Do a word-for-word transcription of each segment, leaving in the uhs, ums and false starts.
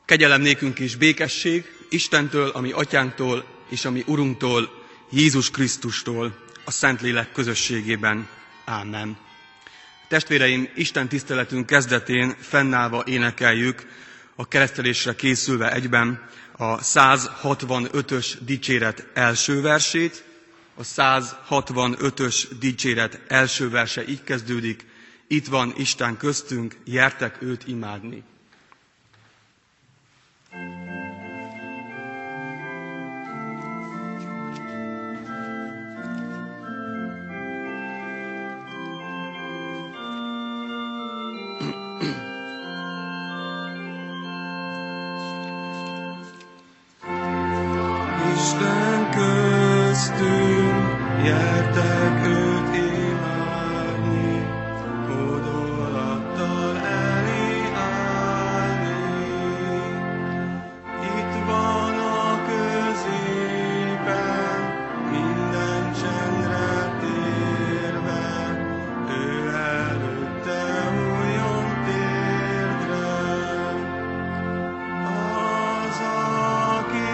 Kegyelem nékünk és békesség Istentől, ami Atyánktól és ami Urunktól, Jézus Krisztustól, a Szentlélek közösségében. Ámen. Testvéreim, Isten tiszteletünk kezdetén fennállva énekeljük, a keresztelésre készülve egyben a száz hatvanötös dicséret első versét. A száz hatvanötös dicséret első verse így kezdődik: itt van Isten köztünk, gyertek őt imádni. Isten köztünk, gyertek őt imádni, hódolattal elé állni. Itt van a középen, minden csendre térve, ő előtte hulljon térdre. Az, aki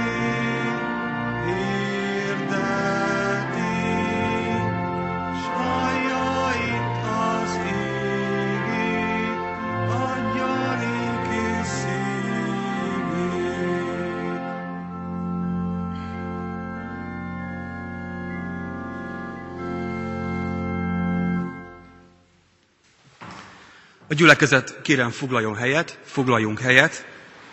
A gyülekezet kérem foglaljon helyet, foglaljunk helyet,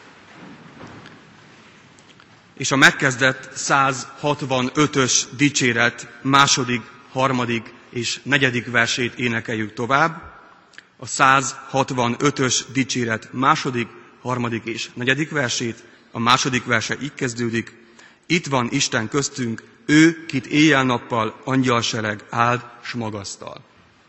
és a megkezdett száz hatvanötös dicséret második, harmadik és negyedik versét énekeljük tovább. A száz hatvanötös dicséret második, harmadik és negyedik versét, a második verse így kezdődik: itt van Isten köztünk, ő, kit éjjel-nappal angyalsereg áld s magasztal.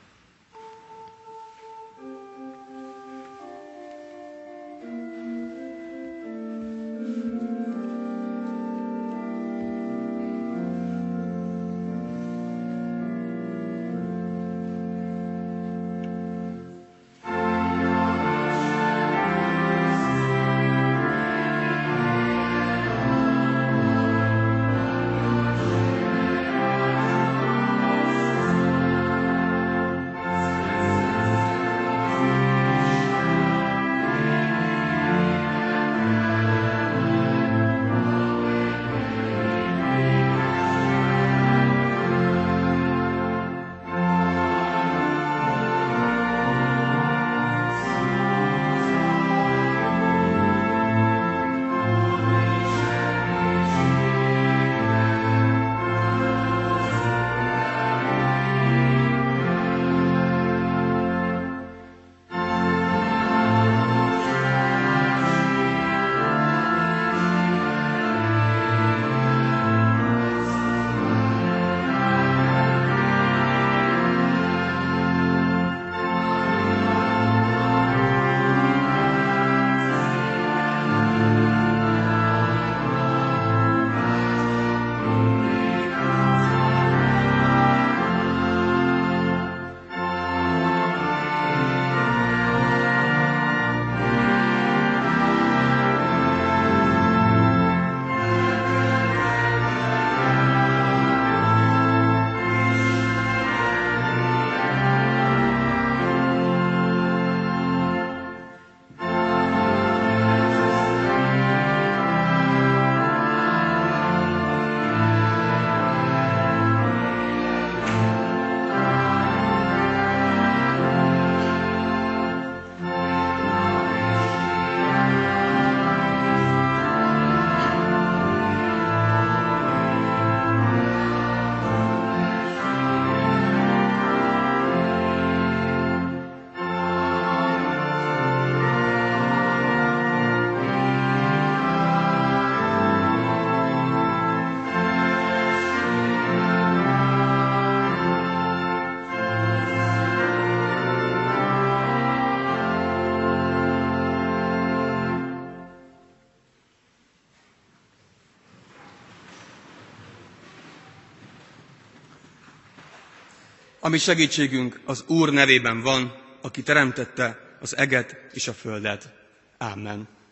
A mi segítségünk az Úr nevében van, aki teremtette az eget és a földet. Ámen.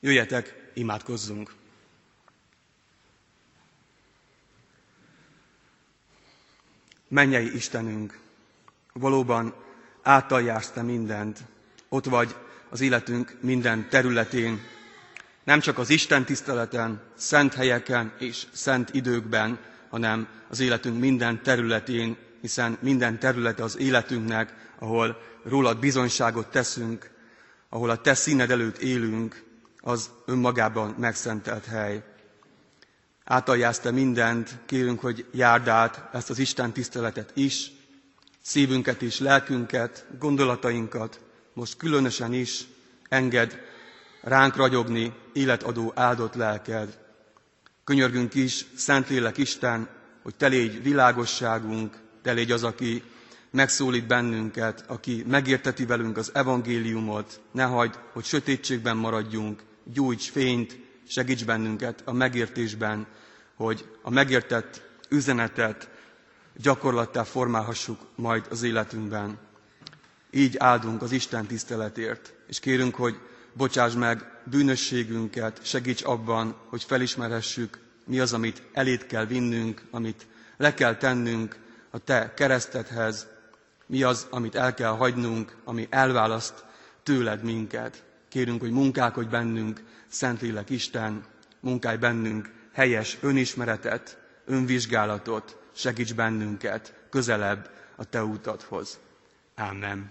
Jöjjetek, imádkozzunk! Mennyei Istenünk, valóban által jársz te mindent, ott vagy az életünk minden területén, nem csak az Isten tiszteleten, szent helyeken és szent időkben, hanem az életünk minden területén, hiszen minden területe az életünknek, ahol rólad bizonyságot teszünk, ahol a te színed előtt élünk, az önmagában megszentelt hely. Átaljálsz te mindent, kérünk, hogy járd át ezt az Isten tiszteletet is, szívünket is, lelkünket, gondolatainkat, most különösen is engedd ránk ragyogni életadó áldott lelked. Könyörgünk is, Szentlélek Isten, hogy te légy világosságunk, te légy az, aki megszólít bennünket, aki megérteti velünk az evangéliumot, ne hagyd, hogy sötétségben maradjunk, gyújts fényt, segíts bennünket a megértésben, hogy a megértett üzenetet gyakorlattá formálhassuk majd az életünkben. Így áldunk az Isten tiszteletért, és kérünk, hogy bocsáss meg bűnösségünket, segíts abban, hogy felismerhessük, mi az, amit eléd kell vinnünk, amit le kell tennünk a te keresztedhez, mi az, amit el kell hagynunk, ami elválaszt tőled minket. Kérünk, hogy munkálkodj bennünk, Szentlélek Isten, munkálj bennünk helyes önismeretet, önvizsgálatot, segíts bennünket közelebb a te útadhoz. Ámen.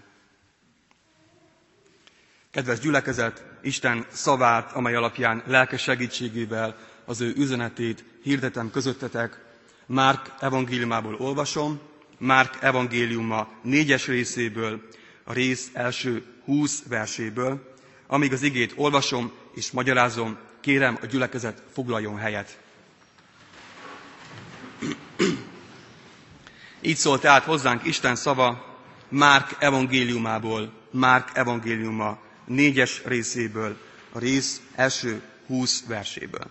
Kedves gyülekezet, Isten szavát, amely alapján lelke segítségével az ő üzenetét hirdetem közöttetek, Márk evangéliumából olvasom, Márk evangéliuma négyes részéből, a rész első húsz verséből. Amíg az igét olvasom és magyarázom, kérem, a gyülekezet foglaljon helyet. Így szól tehát hozzánk Isten szava Márk evangéliumából, Márk evangéliuma négyes részéből, a rész első húsz verséből.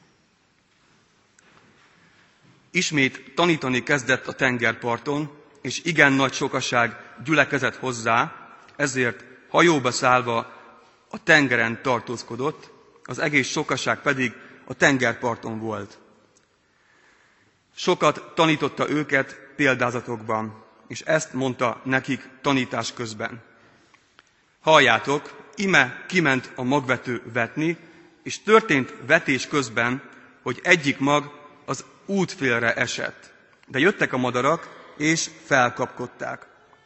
Ismét tanítani kezdett a tengerparton, és igen nagy sokaság gyülekezett hozzá, ezért hajóba szállva a tengeren tartózkodott, az egész sokaság pedig a tengerparton volt. Sokat tanította őket példázatokban, és ezt mondta nekik tanítás közben. Halljátok, ime kiment a magvető vetni, és történt vetés közben, hogy egyik mag az útfélre esett. De jöttek a madarak, és felkapkodták.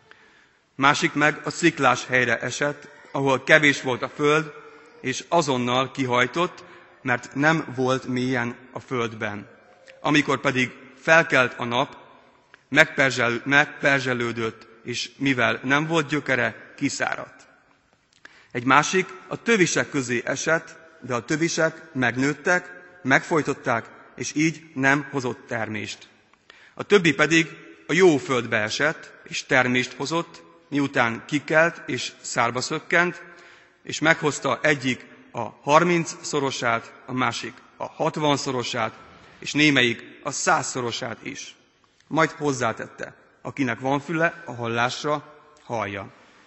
Másik meg a sziklás helyre esett, ahol kevés volt a föld, és azonnal kihajtott, mert nem volt mélyen a földben. Amikor pedig felkelt a nap, megperzsel, megperzselődött, és mivel nem volt gyökere, kiszáradt. Egy másik a tövisek közé esett, de a tövisek megnőttek, megfojtották, és így nem hozott termést. A többi pedig a jó földbe esett, és termést hozott, miután kikelt és szárba szökkent, és meghozta egyik a harmincszorosát, a másik a hatvanszorosát, és némelyik a százszorosát is. Majd hozzátette, akinek van füle a hallásra, hallja.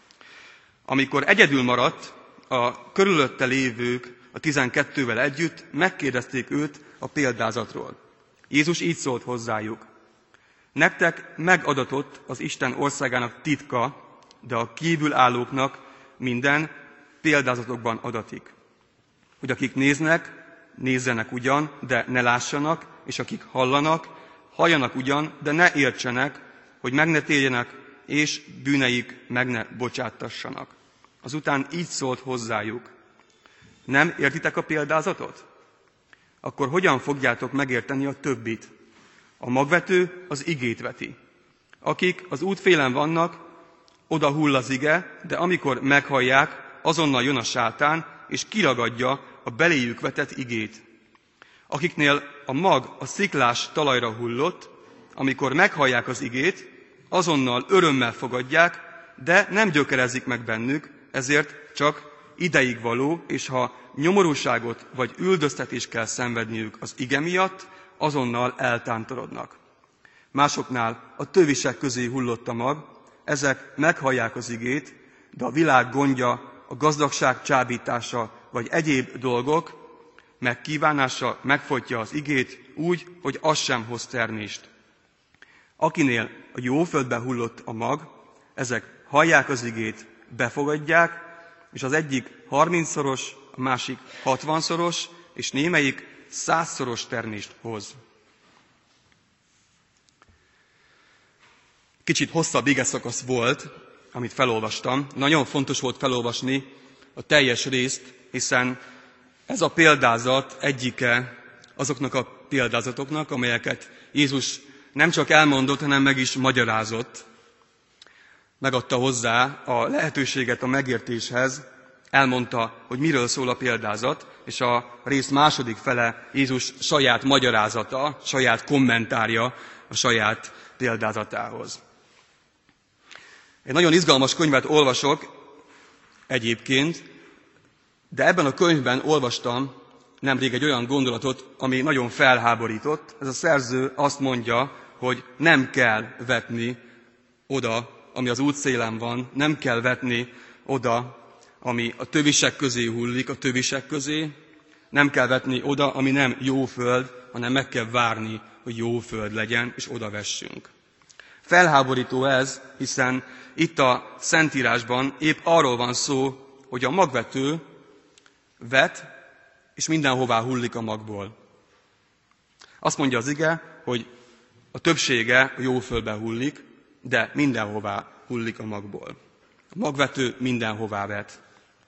Amikor egyedül maradt, a körülötte lévők a tizenkettővel együtt megkérdezték őt a példázatról. Jézus így szólt hozzájuk. Nektek megadatott az Isten országának titka, de a kívülállóknak minden példázatokban adatik. Hogy akik néznek, nézzenek ugyan, de ne lássanak, és akik hallanak, halljanak ugyan, de ne értsenek, hogy meg ne térjenek, és bűneik meg ne bocsáttassanak. Azután így szólt hozzájuk. Nem értitek a példázatot? Akkor hogyan fogjátok megérteni a többit? A magvető az igét veti. Akik az útfélen vannak, oda hull az ige, de amikor meghallják, azonnal jön a sátán, és kiragadja a beléjük vetett igét. Akiknél a mag a sziklás talajra hullott, amikor meghallják az igét, azonnal örömmel fogadják, de nem gyökerezik meg bennük, ezért csak ideig való, és ha nyomorúságot vagy üldöztetést kell szenvedniük az ige miatt, azonnal eltántorodnak. Másoknál a tövisek közé hullott a mag, ezek meghallják az igét, de a világ gondja, a gazdagság csábítása vagy egyéb dolgok megkívánása megfojtja az igét úgy, hogy az sem hoz termést. Akinél a jó földbe hullott a mag, ezek hallják az igét, befogadják, és az egyik harmincszoros, a másik hatvanszoros, és némelyik százszoros termést hoz. Kicsit hosszabb igeszakasz volt, amit felolvastam. Nagyon fontos volt felolvasni a teljes részt, hiszen ez a példázat egyike azoknak a példázatoknak, amelyeket Jézus nem csak elmondott, hanem meg is magyarázott. Megadta hozzá a lehetőséget a megértéshez, elmondta, hogy miről szól a példázat, és a rész második fele Jézus saját magyarázata, saját kommentárja a saját példázatához. Egy nagyon izgalmas könyvet olvasok egyébként, de ebben a könyvben olvastam nemrég egy olyan gondolatot, ami nagyon felháborított. Ez a szerző azt mondja, hogy nem kell vetni oda, ami az útszélen van, nem kell vetni oda, ami a tövisek közé hullik, a tövisek közé, nem kell vetni oda, ami nem jó föld, hanem meg kell várni, hogy jó föld legyen, és oda vessünk. Felháborító ez, hiszen itt a Szentírásban épp arról van szó, hogy a magvető vet, és mindenhová hullik a magból. Azt mondja az ige, hogy a többsége a jó földbe hullik, de mindenhová hullik a magból. A magvető mindenhová vet.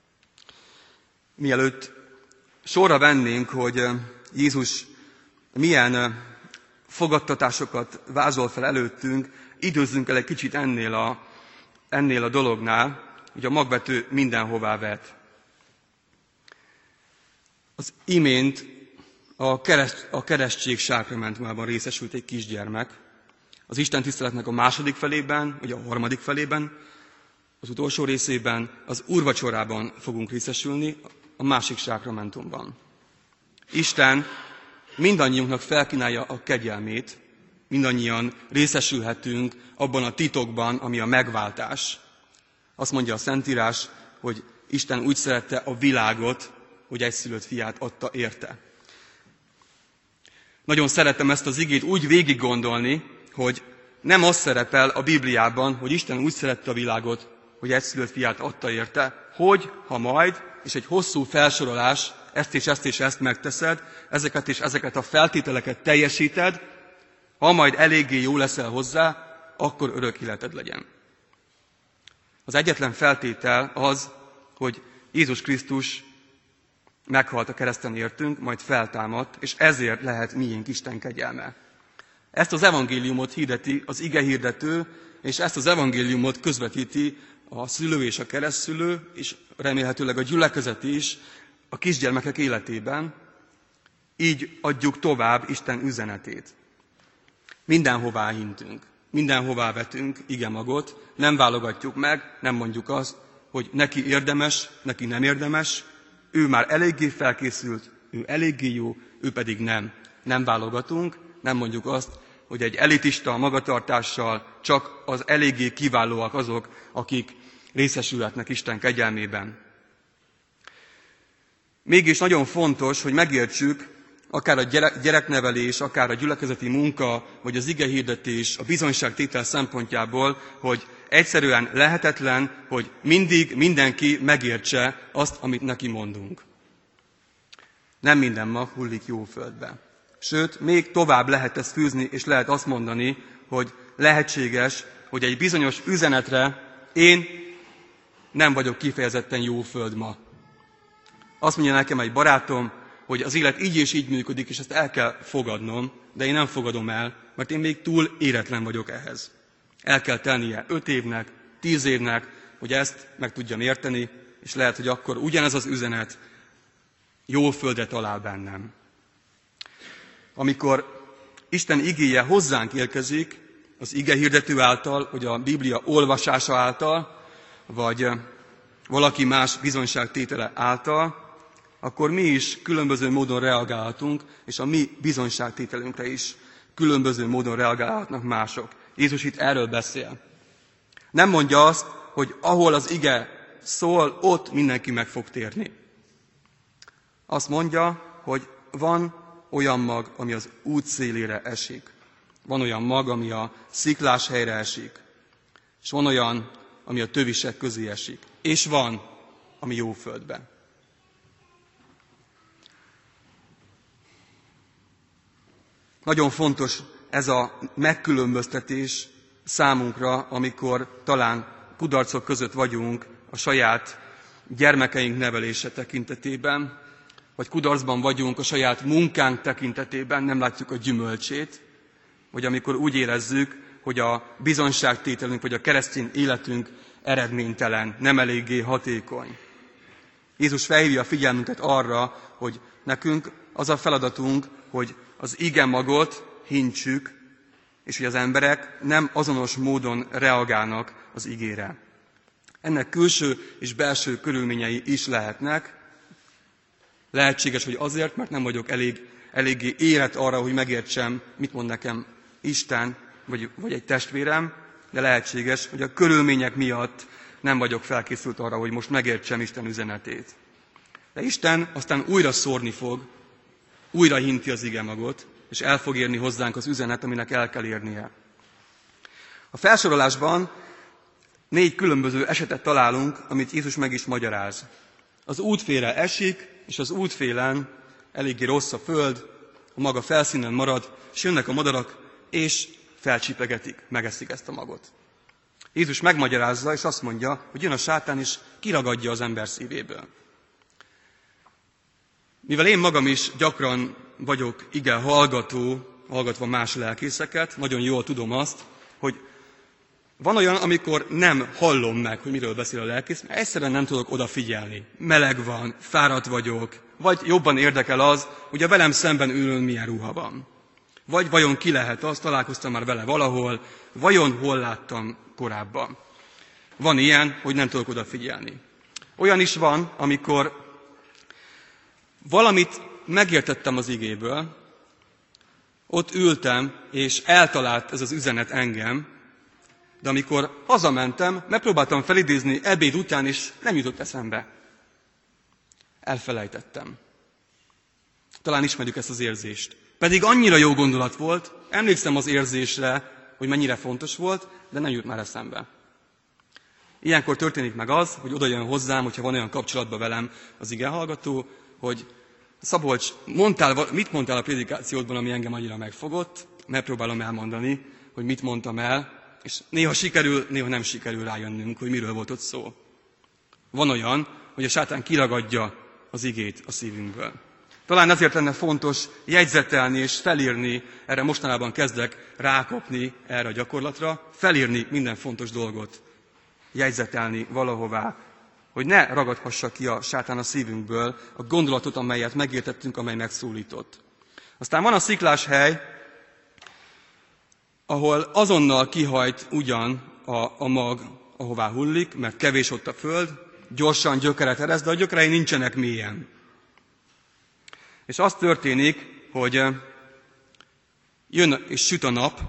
Mielőtt sorra vennénk, hogy Jézus milyen fogadtatásokat vázol fel előttünk, időzzünk el egy kicsit ennél a, ennél a dolognál, hogy a magvető mindenhová vet. Az imént a, kereszt, a keresztség sákramentumában részesült egy kisgyermek. Az Isten tiszteletnek a második felében, vagy a harmadik felében, az utolsó részében, az úrvacsorában fogunk részesülni, a másik sákramentumban. Isten mindannyiunknak felkínálja a kegyelmét, mindannyian részesülhetünk abban a titokban, ami a megváltás. Azt mondja a Szentírás, hogy Isten úgy szerette a világot, hogy egyszülött fiát adta érte. Nagyon szeretem ezt az igét úgy végig gondolni, hogy nem az szerepel a Bibliában, hogy Isten úgy szerette a világot, hogy egyszülött fiát adta érte, hogy ha majd, és egy hosszú felsorolás, ezt és ezt és ezt megteszed, ezeket és ezeket a feltételeket teljesíted, ha majd eléggé jó leszel hozzá, akkor örök életed legyen. Az egyetlen feltétel az, hogy Jézus Krisztus meghalt a kereszten értünk, majd feltámadt, és ezért lehet miénk Isten kegyelme. Ezt az evangéliumot hirdeti az ige hirdető, és ezt az evangéliumot közvetíti a szülő és a keresztszülő, és remélhetőleg a gyülekezet is a kisgyermekek életében. Így adjuk tovább Isten üzenetét. Mindenhová hintünk, mindenhová vetünk igemagot, nem válogatjuk meg, nem mondjuk azt, hogy neki érdemes, neki nem érdemes, ő már eléggé felkészült, ő eléggé jó, ő pedig nem. Nem válogatunk, nem mondjuk azt, hogy egy elitista magatartással csak az eléggé kiválóak azok, akik részesülhetnek Isten kegyelmében. Mégis nagyon fontos, hogy megértsük, akár a gyereknevelés, akár a gyülekezeti munka, vagy az igehirdetés, a bizonyságtétel szempontjából, hogy egyszerűen lehetetlen, hogy mindig mindenki megértse azt, amit neki mondunk. Nem minden mag hullik jó földbe. Sőt, még tovább lehet ezt fűzni, és lehet azt mondani, hogy lehetséges, hogy egy bizonyos üzenetre én nem vagyok kifejezetten jó föld ma. Azt mondja nekem egy barátom, hogy az élet így és így működik, és ezt el kell fogadnom, de én nem fogadom el, mert én még túl éretlen vagyok ehhez. El kell tennie öt évnek, tíz évnek, hogy ezt meg tudjam érteni, és lehet, hogy akkor ugyanez az üzenet jó földet talál bennem. Amikor Isten igéje hozzánk érkezik, az ige hirdető által, vagy a Biblia olvasása által, vagy valaki más bizonyságtétele által, akkor mi is különböző módon reagálhatunk, és a mi bizonyságtételünkre is különböző módon reagálhatnak mások. Jézus itt erről beszél. Nem mondja azt, hogy ahol az ige szól, ott mindenki meg fog térni. Azt mondja, hogy van olyan mag, ami az út szélére esik. Van olyan mag, ami a sziklás helyre esik. És van olyan, ami a tövisek közé esik. És van, ami jó földben. Nagyon fontos ez a megkülönböztetés számunkra, amikor talán kudarcok között vagyunk a saját gyermekeink nevelése tekintetében, vagy kudarcban vagyunk a saját munkánk tekintetében, nem látjuk a gyümölcsét, vagy amikor úgy érezzük, hogy a bizonyságtételünk, vagy a keresztény életünk eredménytelen, nem eléggé hatékony. Jézus felhívja a figyelmünket arra, hogy nekünk az a feladatunk, hogy az ige magot hintsük, és hogy az emberek nem azonos módon reagálnak az igére. Ennek külső és belső körülményei is lehetnek. Lehetséges, hogy azért, mert nem vagyok elég, eléggé érett arra, hogy megértsem, mit mond nekem Isten, vagy, vagy egy testvérem, de lehetséges, hogy a körülmények miatt nem vagyok felkészült arra, hogy most megértsem Isten üzenetét. De Isten aztán újra szórni fog, újra hinti az ige magot, és el fog érni hozzánk az üzenet, aminek el kell érnie. A felsorolásban négy különböző esetet találunk, amit Jézus meg is magyaráz. Az útfélre esik, és az útfélen eléggé rossz a föld, a maga felszínen marad, és jönnek a madarak, és felcsipegetik, megeszik ezt a magot. Jézus megmagyarázza, és azt mondja, hogy jön a sátán, és kiragadja az ember szívéből. Mivel én magam is gyakran vagyok ige hallgató, hallgatva más lelkészeket, nagyon jól tudom azt, hogy van olyan, amikor nem hallom meg, hogy miről beszél a lelkész, mert egyszerűen nem tudok odafigyelni. Meleg van, fáradt vagyok, vagy jobban érdekel az, hogy a velem szemben ülőn milyen ruha van. Vagy vajon ki lehet az, találkoztam már vele valahol, vajon hol láttam korábban. Van ilyen, hogy nem tudok odafigyelni. Olyan is van, amikor valamit megértettem az igéből, ott ültem, és eltalált ez az üzenet engem, de amikor hazamentem, megpróbáltam felidézni ebéd után, és nem jutott eszembe. Elfelejtettem. Talán ismerjük ezt az érzést. Pedig annyira jó gondolat volt, emlékszem az érzésre, hogy mennyire fontos volt, de nem jut már eszembe. Ilyenkor történik meg az, hogy oda jön hozzám, hogyha van olyan kapcsolatban velem az igehallgató, hogy Szabolcs, mondtál, mit mondtál a prédikációdban, ami engem annyira megfogott, megpróbálom elmondani, hogy mit mondtam el, és néha sikerül, néha nem sikerül rájönnünk, hogy miről volt ott szó. Van olyan, hogy a sátán kiragadja az igét a szívünkből. Talán ezért lenne fontos jegyzetelni és felírni, erre mostanában kezdek rákopni erre a gyakorlatra, felírni minden fontos dolgot, jegyzetelni valahová, hogy ne ragadhassa ki a sátán a szívünkből a gondolatot, amelyet megértettünk, amely megszólított. Aztán van a sziklás hely, ahol azonnal kihajt ugyan a, a mag, ahová hullik, mert kevés ott a föld, gyorsan gyökeret ereszt, de a gyökerei nincsenek mélyen. És az történik, hogy jön és süt a nap,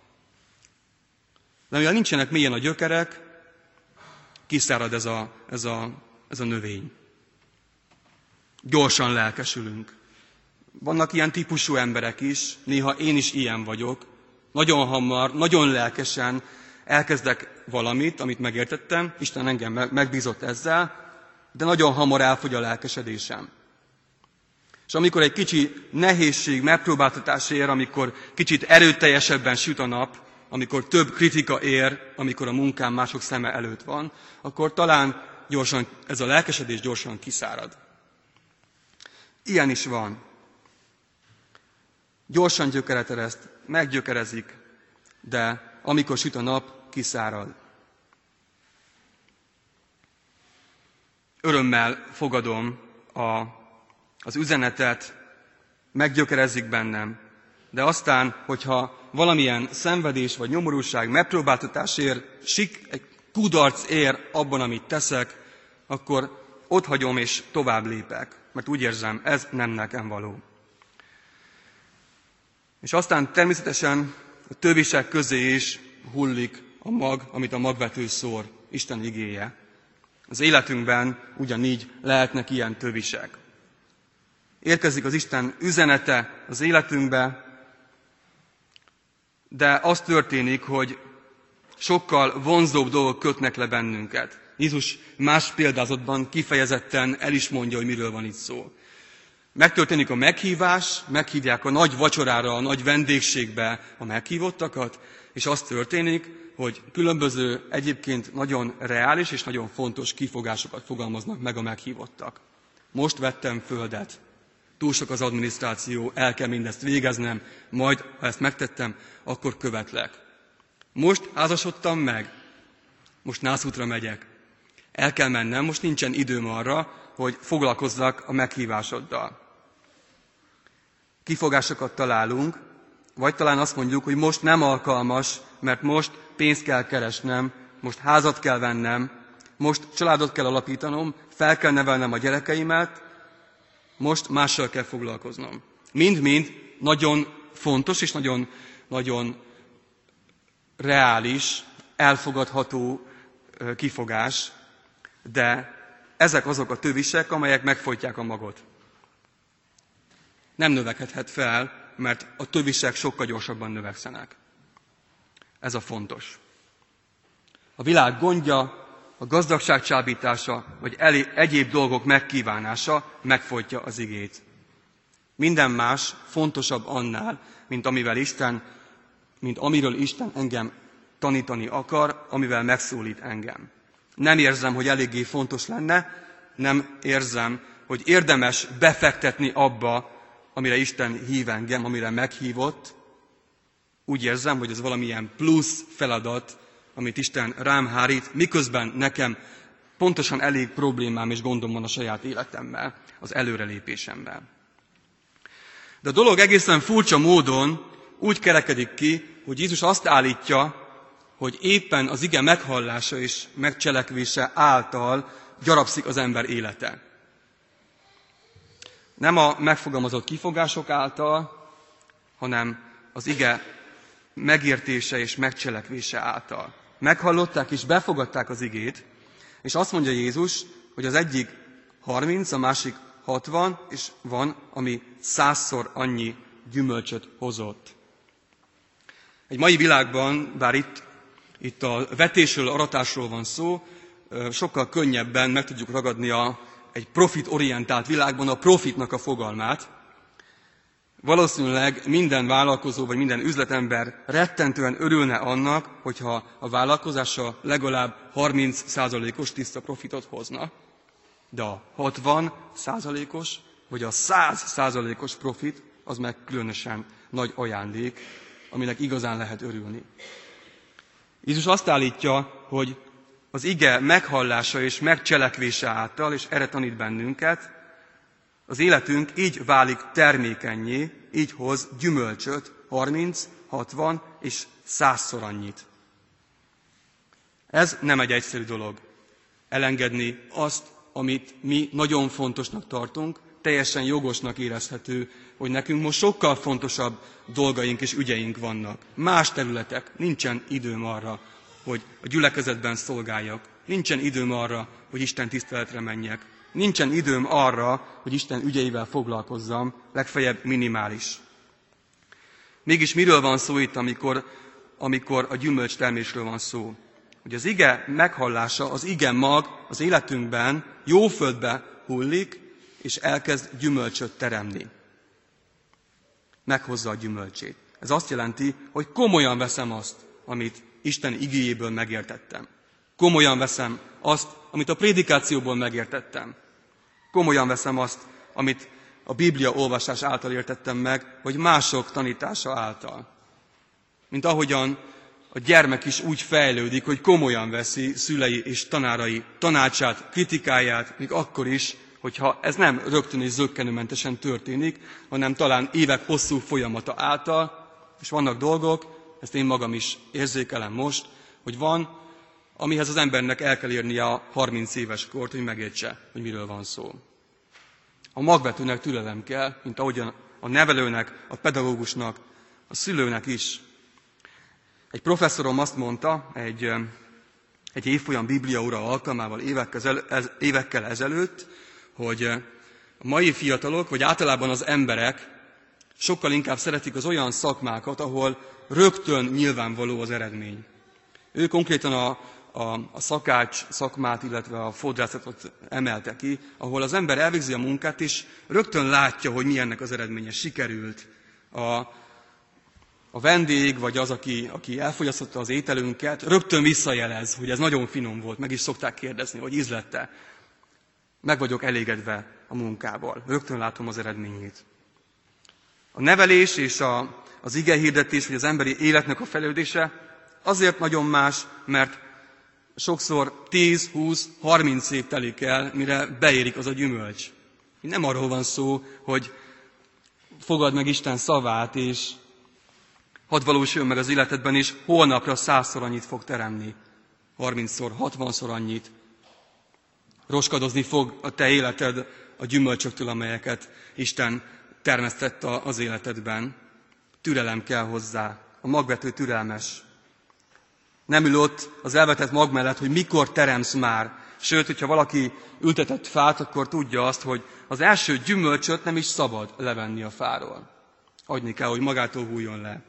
de mivel nincsenek mélyen a gyökerek, kiszárad ez a, ez a, ez a növény. Gyorsan lelkesülünk. Vannak ilyen típusú emberek is, néha én is ilyen vagyok. Nagyon hamar, nagyon lelkesen elkezdek valamit, amit megértettem, Isten engem megbízott ezzel, de nagyon hamar elfogy a lelkesedésem. És amikor egy kicsi nehézség, megpróbáltatás ér, amikor kicsit erőteljesebben süt a nap, amikor több kritika ér, amikor a munkám mások szeme előtt van, akkor talán gyorsan, ez a lelkesedés gyorsan kiszárad. Ilyen is van. Gyorsan gyökeret ereszt, meggyökerezik, de amikor süt a nap, kiszárad. Örömmel fogadom a, az üzenetet, meggyökerezik bennem, de aztán, hogyha valamilyen szenvedés vagy nyomorúság, megpróbáltatás ér, sik, egy kudarc ér abban, amit teszek, akkor ott hagyom és tovább lépek, mert úgy érzem, ez nem nekem való. És aztán természetesen a tövisek közé is hullik a mag, amit a magvető szór, Isten igéje. Az életünkben ugyanígy lehetnek ilyen tövisek. Érkezik az Isten üzenete az életünkbe, de az történik, hogy sokkal vonzóbb dolgok kötnek le bennünket. Jézus más példázatban kifejezetten el is mondja, hogy miről van itt szó. Megtörténik a meghívás, meghívják a nagy vacsorára, a nagy vendégségbe a meghívottakat, és az történik, hogy különböző, egyébként nagyon reális és nagyon fontos kifogásokat fogalmaznak meg a meghívottak. Most vettem földet, túl sok az adminisztráció, el kell mindezt végeznem, majd, ha ezt megtettem, akkor követlek. Most házasodtam meg, most nászútra megyek. El kell mennem, most nincsen időm arra, hogy foglalkozzak a meghívásoddal. Kifogásokat találunk, vagy talán azt mondjuk, hogy most nem alkalmas, mert most pénzt kell keresnem, most házat kell vennem, most családot kell alapítanom, fel kell nevelnem a gyerekeimet, most mással kell foglalkoznom. Mind-mind nagyon fontos és nagyon, nagyon reális, elfogadható kifogás, de ezek azok a tövisek, amelyek megfojtják a magot. Nem növekedhet fel, mert a tövisek sokkal gyorsabban növekszenek. Ez a fontos. A világ gondja, a gazdagság csábítása, vagy elé, egyéb dolgok megkívánása megfojtja az igét. Minden más fontosabb annál, mint amivel Isten, mint amiről Isten engem tanítani akar, amivel megszólít engem. Nem érzem, hogy eléggé fontos lenne, nem érzem, hogy érdemes befektetni abba, amire Isten hív engem, amire meghívott. Úgy érzem, hogy ez valamilyen plusz feladat, amit Isten rám hárít, miközben nekem pontosan elég problémám és gondom van a saját életemmel, az előrelépésemmel. De a dolog egészen furcsa módon úgy kerekedik ki, hogy Jézus azt állítja, hogy éppen az ige meghallása és megcselekvése által gyarapszik az ember élete. Nem a megfogalmazott kifogások által, hanem az ige megértése és megcselekvése által. Meghallották és befogadták az igét, és azt mondja Jézus, hogy az egyik harminc, a másik hatvan, és van, ami százszor annyi gyümölcsöt hozott. Egy mai világban, bár itt, itt a vetésről, aratásról van szó, sokkal könnyebben meg tudjuk ragadni a, egy profitorientált világban a profitnak a fogalmát. Valószínűleg minden vállalkozó vagy minden üzletember rettentően örülne annak, hogyha a vállalkozása legalább harminc százalékos tiszta profitot hozna. De a hatvan százalékos vagy a száz százalékos profit az meg különösen nagy ajándék, aminek igazán lehet örülni. Jézus azt állítja, hogy az ige meghallása és megcselekvése által, és erre tanít bennünket, az életünk így válik termékennyé, így hoz gyümölcsöt, harminc, hatvan és százszor annyit. Ez nem egy egyszerű dolog. Elengedni azt, amit mi nagyon fontosnak tartunk, teljesen jogosnak érezhető, hogy nekünk most sokkal fontosabb dolgaink és ügyeink vannak. Más területek, nincsen időm arra, hogy a gyülekezetben szolgáljak. Nincsen időm arra, hogy Isten tiszteletre menjek. Nincsen időm arra, hogy Isten ügyeivel foglalkozzam, legfeljebb minimális. Mégis miről van szó itt, amikor, amikor a gyümölcstermésről van szó? Hogy az ige meghallása, az ige mag az életünkben jó földbe hullik, és elkezd gyümölcsöt teremni. Meghozza a gyümölcsét. Ez azt jelenti, hogy komolyan veszem azt, amit Isten igéjéből megértettem. Komolyan veszem azt, amit a prédikációból megértettem. Komolyan veszem azt, amit a Biblia olvasás által értettem meg, vagy mások tanítása által. Mint ahogyan a gyermek is úgy fejlődik, hogy komolyan veszi szülei és tanárai tanácsát, kritikáját, még akkor is, hogyha ez nem rögtön és zökkenőmentesen történik, hanem talán évek hosszú folyamata által, és vannak dolgok, ezt én magam is érzékelem most, hogy van, amihez az embernek el kell érnie a harminc éves kort, hogy megértse, hogy miről van szó. A magvetőnek türelem kell, mint ahogyan a nevelőnek, a pedagógusnak, a szülőnek is. Egy professzorom azt mondta, egy, egy évfolyam bibliaóra alkalmával évekkel, évekkel ezelőtt, hogy A mai fiatalok, vagy általában az emberek sokkal inkább szeretik az olyan szakmákat, ahol rögtön nyilvánvaló az eredmény. Ő konkrétan a, a, a szakács szakmát, illetve a fodrászatot emelte ki, ahol az ember elvégzi a munkát, és rögtön látja, hogy mi ennek az eredménye, sikerült. A, a vendég, vagy az, aki, aki elfogyasztotta az ételünket, rögtön visszajelez, hogy ez nagyon finom volt, meg is szokták kérdezni, hogy ízlette. Meg vagyok elégedve a munkával, rögtön látom az eredményét. A nevelés és a, az igehirdetés, vagy az emberi életnek a fejlődése azért nagyon más, mert sokszor tíz, húsz, harminc év telik el, mire beérik az a gyümölcs. Nem arról van szó, hogy fogad meg Isten szavát, és hadd valósuljon meg az életedben, és holnapra százszor annyit fog teremni. harmincszor, hatvanszor annyit. Roskadozni fog a te életed a gyümölcsöktől, amelyeket Isten termesztett az életedben. Türelem kell hozzá, a magvető türelmes. Nem ül ott az elvetett mag mellett, hogy mikor teremsz már. Sőt, hogyha valaki ültetett fát, akkor tudja azt, hogy az első gyümölcsöt nem is szabad levenni a fáról. Hagyni kell, hogy magától hújjon le.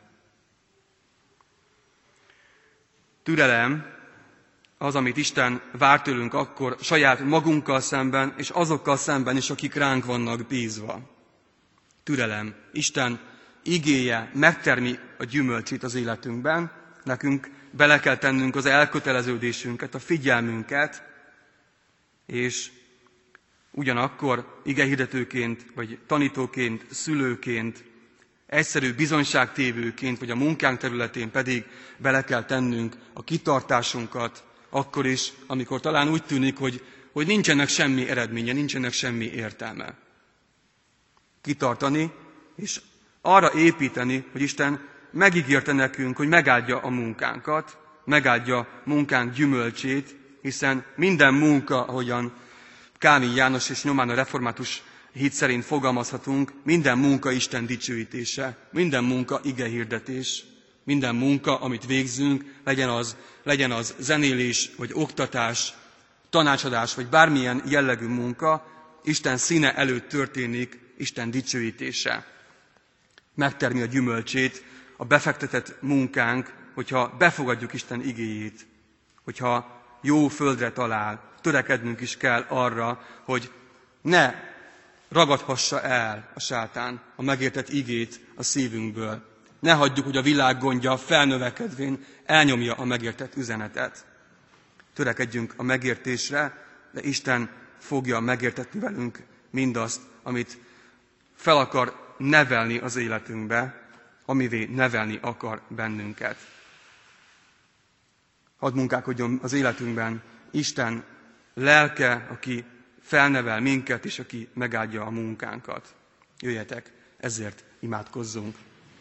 Türelem az, amit Isten vár tőlünk akkor saját magunkkal szemben, és azokkal szemben is, akik ránk vannak bízva. Türelem. Isten igéje megtermi a gyümölcsét az életünkben, nekünk bele kell tennünk az elköteleződésünket, a figyelmünket, és ugyanakkor igehirdetőként, vagy tanítóként, szülőként, egyszerű bizonyságtévőként, vagy a munkánk területén pedig bele kell tennünk a kitartásunkat, akkor is, amikor talán úgy tűnik, hogy, hogy nincsenek semmi eredménye, nincsenek semmi értelme. Kitartani, és arra építeni, hogy Isten megígérte nekünk, hogy megáldja a munkánkat, megáldja munkánk gyümölcsét, hiszen minden munka, ahogyan Kálvin János és nyomán a református hit szerint fogalmazhatunk, minden munka Isten dicsőítése, minden munka igehirdetés, minden munka, amit végzünk, legyen az, legyen az zenélés, vagy oktatás, tanácsadás, vagy bármilyen jellegű munka, Isten színe előtt történik, Isten dicsőítése. Megtermi a gyümölcsét a befektetett munkánk, hogyha befogadjuk Isten igéjét, hogyha jó földre talál, törekednünk is kell arra, hogy ne ragadhassa el a sátán a megértett igét a szívünkből. Ne hagyjuk, hogy a világ gondja felnövekedvén elnyomja a megértett üzenetet. Törekedjünk a megértésre, de Isten fogja megértetni velünk mindazt, amit fel akar nevelni az életünkbe, amivé nevelni akar bennünket. Hadd munkálkodjon az életünkben Isten lelke, aki felnevel minket, és aki megáldja a munkánkat. Jöjjetek, ezért imádkozzunk.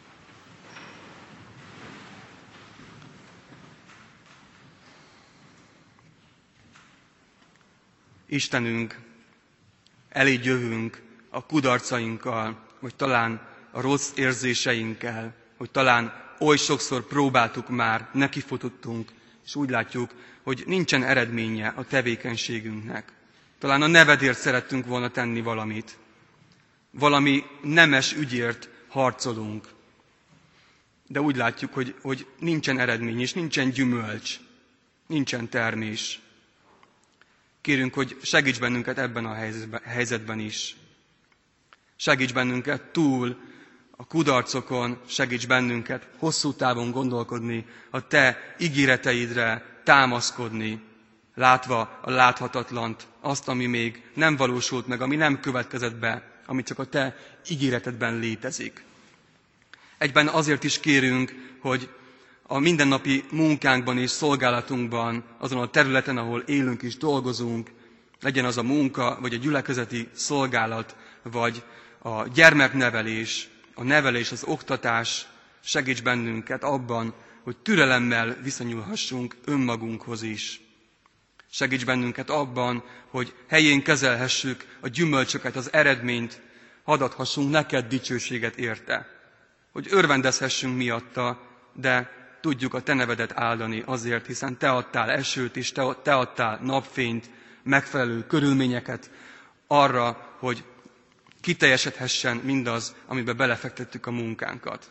Istenünk, eléd jövünk a kudarcainkkal, vagy talán a rossz érzéseinkkel, hogy talán oly sokszor próbáltuk már, nekifutottunk, és úgy látjuk, hogy nincsen eredménye a tevékenységünknek. Talán a nevedért szerettünk volna tenni valamit. Valami nemes ügyért harcolunk. De úgy látjuk, hogy, hogy nincsen eredmény, és nincsen gyümölcs, nincsen termés. Kérünk, hogy segíts bennünket ebben a helyzetben is. Segíts bennünket túl a kudarcokon, segíts bennünket hosszú távon gondolkodni, a te ígéreteidre támaszkodni, látva a láthatatlant, azt, ami még nem valósult meg, ami nem következett be, ami csak a te ígéretedben létezik. Egyben azért is kérünk, hogy a mindennapi munkánkban és szolgálatunkban, azon a területen, ahol élünk és dolgozunk, legyen az a munka, vagy a gyülekezeti szolgálat, vagy a gyermeknevelés, a nevelés, az oktatás, segíts bennünket abban, hogy türelemmel viszonyulhassunk önmagunkhoz is. Segíts bennünket abban, hogy helyén kezelhessük a gyümölcsöket, az eredményt, hadd adhassunk neked dicsőséget érte. Hogy örvendezhessünk miatta, de tudjuk a te nevedet áldani azért, hiszen te adtál esőt, és te adtál napfényt, megfelelő körülményeket arra, hogy kiteljesedhessen mindaz, amiben belefektettük a munkánkat.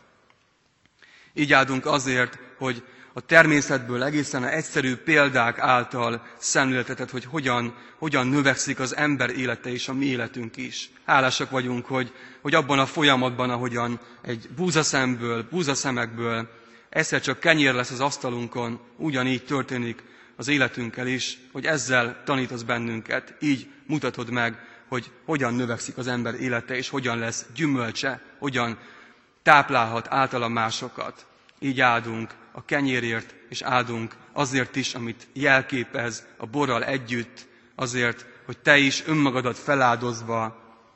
Így áldunk azért, hogy a természetből egészen egyszerű példák által szemléltetett, hogy hogyan, hogyan növekszik az ember élete és a mi életünk is. Hálásak vagyunk, hogy, hogy abban a folyamatban, ahogyan egy búzaszemből, búzaszemekből egyszer csak kenyér lesz az asztalunkon, ugyanígy történik az életünkkel is, hogy ezzel tanítasz bennünket, így mutatod meg, hogy hogyan növekszik az ember élete, és hogyan lesz gyümölcse, hogyan táplálhat általa másokat. Így áldunk a kenyérért, és áldunk azért is, amit jelképez a borral együtt, azért, hogy te is önmagadat feláldozva,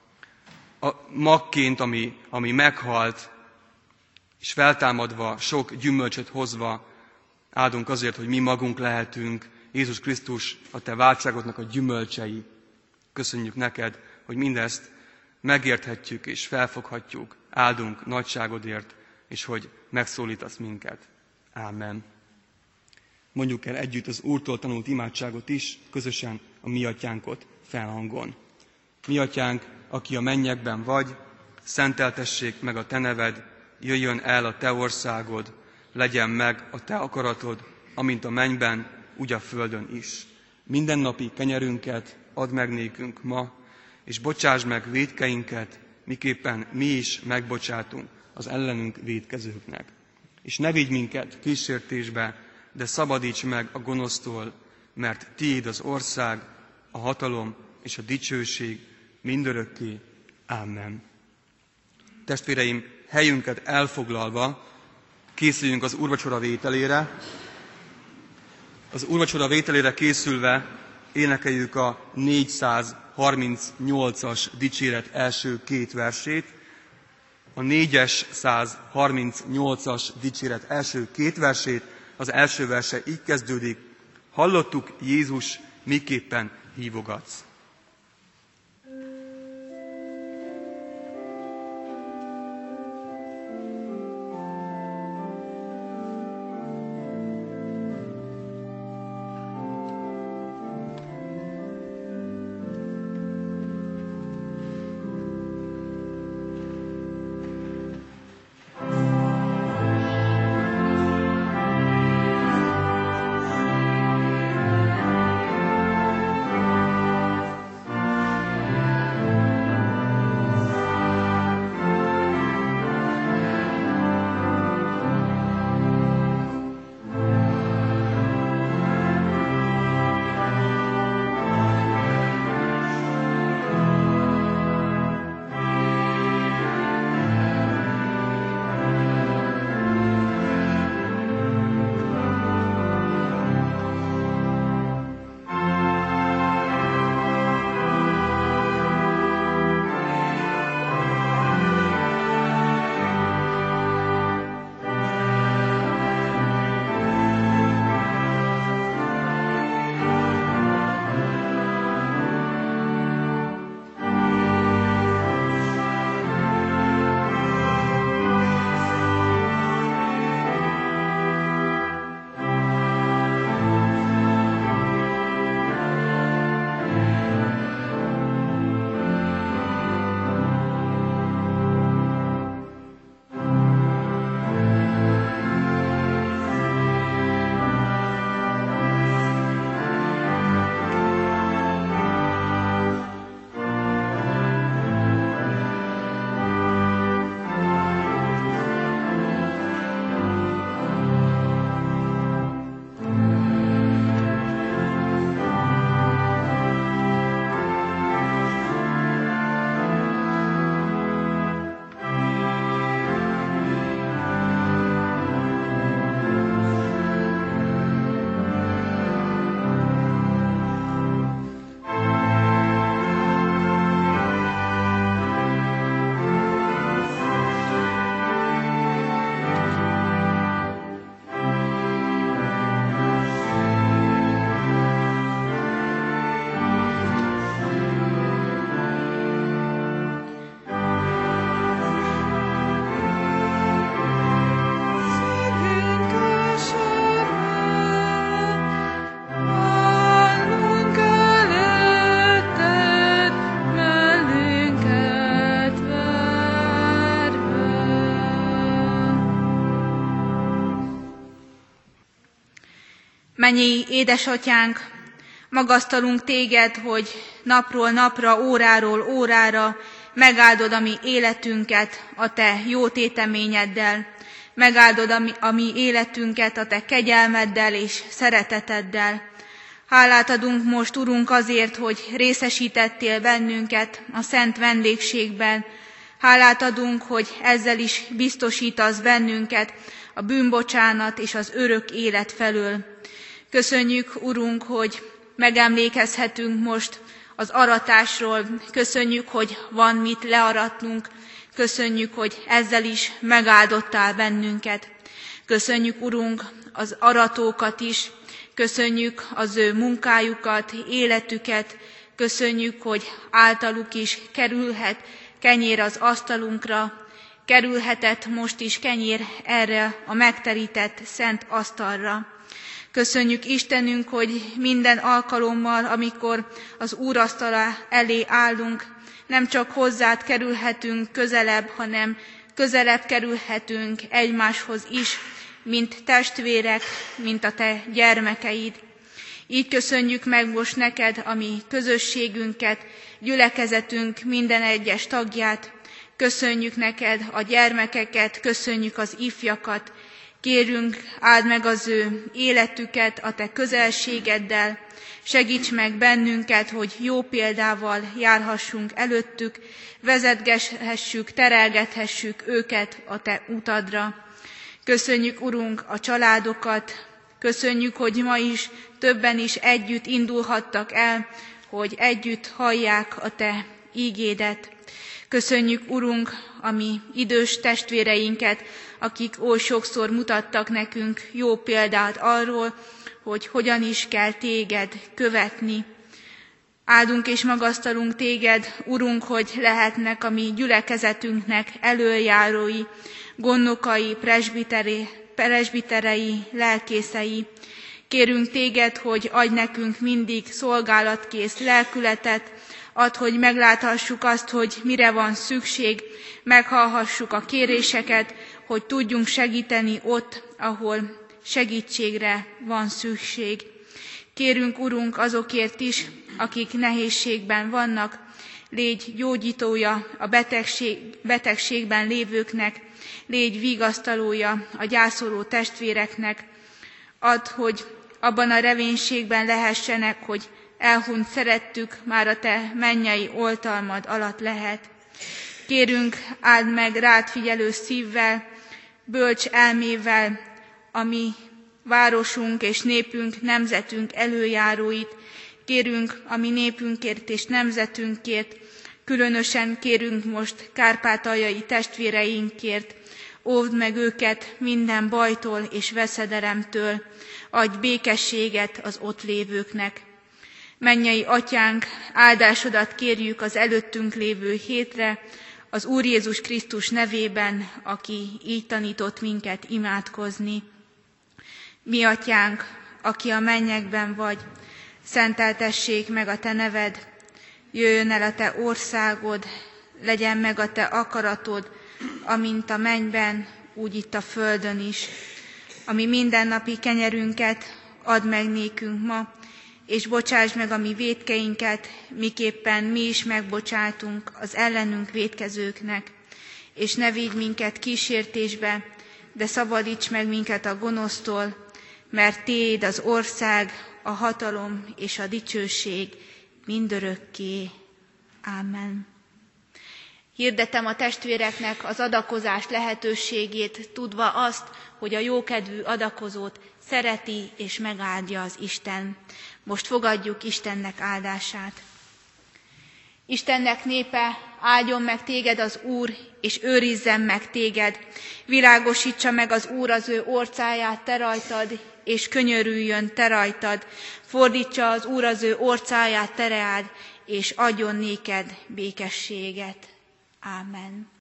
a magként, ami, ami meghalt, és feltámadva, sok gyümölcsöt hozva, áldunk azért, hogy mi magunk lehetünk, Jézus Krisztus, a te váltságodnak a gyümölcsei. Köszönjük neked, hogy mindezt megérthetjük és felfoghatjuk. Áldunk nagyságodért, és hogy megszólítasz minket. Ámen. Mondjuk el együtt az Úrtól tanult imádságot is, közösen a Mi Atyánkot felhangon. Mi Atyánk, aki a mennyekben vagy, szenteltessék meg a te neved, jöjjön el a te országod, legyen meg a te akaratod, amint a mennyben, úgy a földön is. Mindennapi kenyerünket add meg nékünk ma, és bocsáss meg vétkeinket, miképpen mi is megbocsátunk az ellenünk vétkezőknek. És ne vigy minket kísértésbe, de szabadíts meg a gonosztól, mert tiéd az ország, a hatalom és a dicsőség mindörökké. Ámen. Testvéreim, helyünket elfoglalva készüljünk az úrvacsora vételére. Az úrvacsora vételére készülve énekeljük a négyszázharmincnyolcas dicséret első két versét. A négyszázharmincnyolcas dicséret első két versét, az első verse így kezdődik: hallottuk, Jézus, miképpen hívogatsz. Amen. Mennyei édesatyánk, magasztalunk téged, hogy napról napra, óráról órára megáldod a mi életünket a te jó téteményeddel, megáldod a mi, a mi életünket a te kegyelmeddel és szereteteddel. Hálát adunk most, Urunk, azért, hogy részesítettél bennünket a szent vendégségben. Hálát adunk, hogy ezzel is biztosítasz bennünket a bűnbocsánat és az örök élet felől. Köszönjük, Urunk, hogy megemlékezhetünk most az aratásról. Köszönjük, hogy van mit learatnunk. Köszönjük, hogy ezzel is megáldottál bennünket. Köszönjük, Urunk, az aratókat is. Köszönjük az ő munkájukat, életüket. Köszönjük, hogy általuk is kerülhet kenyér az asztalunkra. Kerülhetett most is kenyér erre a megterített szent asztalra. Köszönjük, Istenünk, hogy minden alkalommal, amikor az úrasztala elé állunk, nem csak hozzád kerülhetünk közelebb, hanem közelebb kerülhetünk egymáshoz is, mint testvérek, mint a te gyermekeid. Így köszönjük meg most neked a mi közösségünket, gyülekezetünk minden egyes tagját. Köszönjük neked a gyermekeket, köszönjük az ifjakat. Kérünk, áld meg az ő életüket a te közelségeddel, segíts meg bennünket, hogy jó példával járhassunk előttük, vezetgethessük, terelgethessük őket a te utadra. Köszönjük, Urunk, a családokat, köszönjük, hogy ma is többen is együtt indulhattak el, hogy együtt hallják a te ígédet. Köszönjük, Urunk, a mi idős testvéreinket, akik oly sokszor mutattak nekünk jó példát arról, hogy hogyan is kell téged követni. Áldunk és magasztalunk téged, Urunk, hogy lehetnek a mi gyülekezetünknek elöljárói, gondnokai, presbiterei, presbiterei, lelkészei. Kérünk téged, hogy adj nekünk mindig szolgálatkész lelkületet, add, hogy megláthassuk azt, hogy mire van szükség, meghallhassuk a kéréseket, hogy tudjunk segíteni ott, ahol segítségre van szükség. Kérünk, Urunk, azokért is, akik nehézségben vannak, légy gyógyítója a betegség, betegségben lévőknek, légy vigasztalója a gyászoló testvéreknek, add, hogy abban a reménységben lehessenek, hogy elhunyt szerettük már a te mennyei oltalmad alatt lehet. Kérünk, áld meg rád figyelő szívvel, bölcs elmével a mi városunk és népünk, nemzetünk elöljáróit. Kérünk a mi népünkért és nemzetünkért, különösen kérünk most kárpátaljai testvéreinkért, óvd meg őket minden bajtól és veszedelemtől, adj békességet az ott lévőknek. Mennyei Atyánk, áldásodat kérjük az előttünk lévő hétre, az Úr Jézus Krisztus nevében, aki így tanított minket imádkozni. Mi Atyánk, aki a mennyekben vagy, szenteltessék meg a te neved, jöjjön el a te országod, legyen meg a te akaratod, amint a mennyben, úgy itt a földön is. Ami mindennapi kenyerünket add meg nékünk ma, és bocsáss meg a mi vétkeinket, miképpen mi is megbocsátunk az ellenünk vétkezőknek. És ne vigy minket kísértésbe, de szabadíts meg minket a gonosztól, mert tiéd az ország, a hatalom és a dicsőség mindörökké. Ámen. Hirdetem a testvéreknek az adakozás lehetőségét, tudva azt, hogy a jókedvű adakozót szereti és megáldja az Isten. Most fogadjuk Istennek áldását. Istennek népe, áldjon meg téged az Úr, és őrizzen meg téged. Világosítsa meg az Úr az ő orcáját te rajtad, és könyörüljön te rajtad. Fordítsa az Úr az ő orcáját te reád, és adjon néked békességet. Ámen.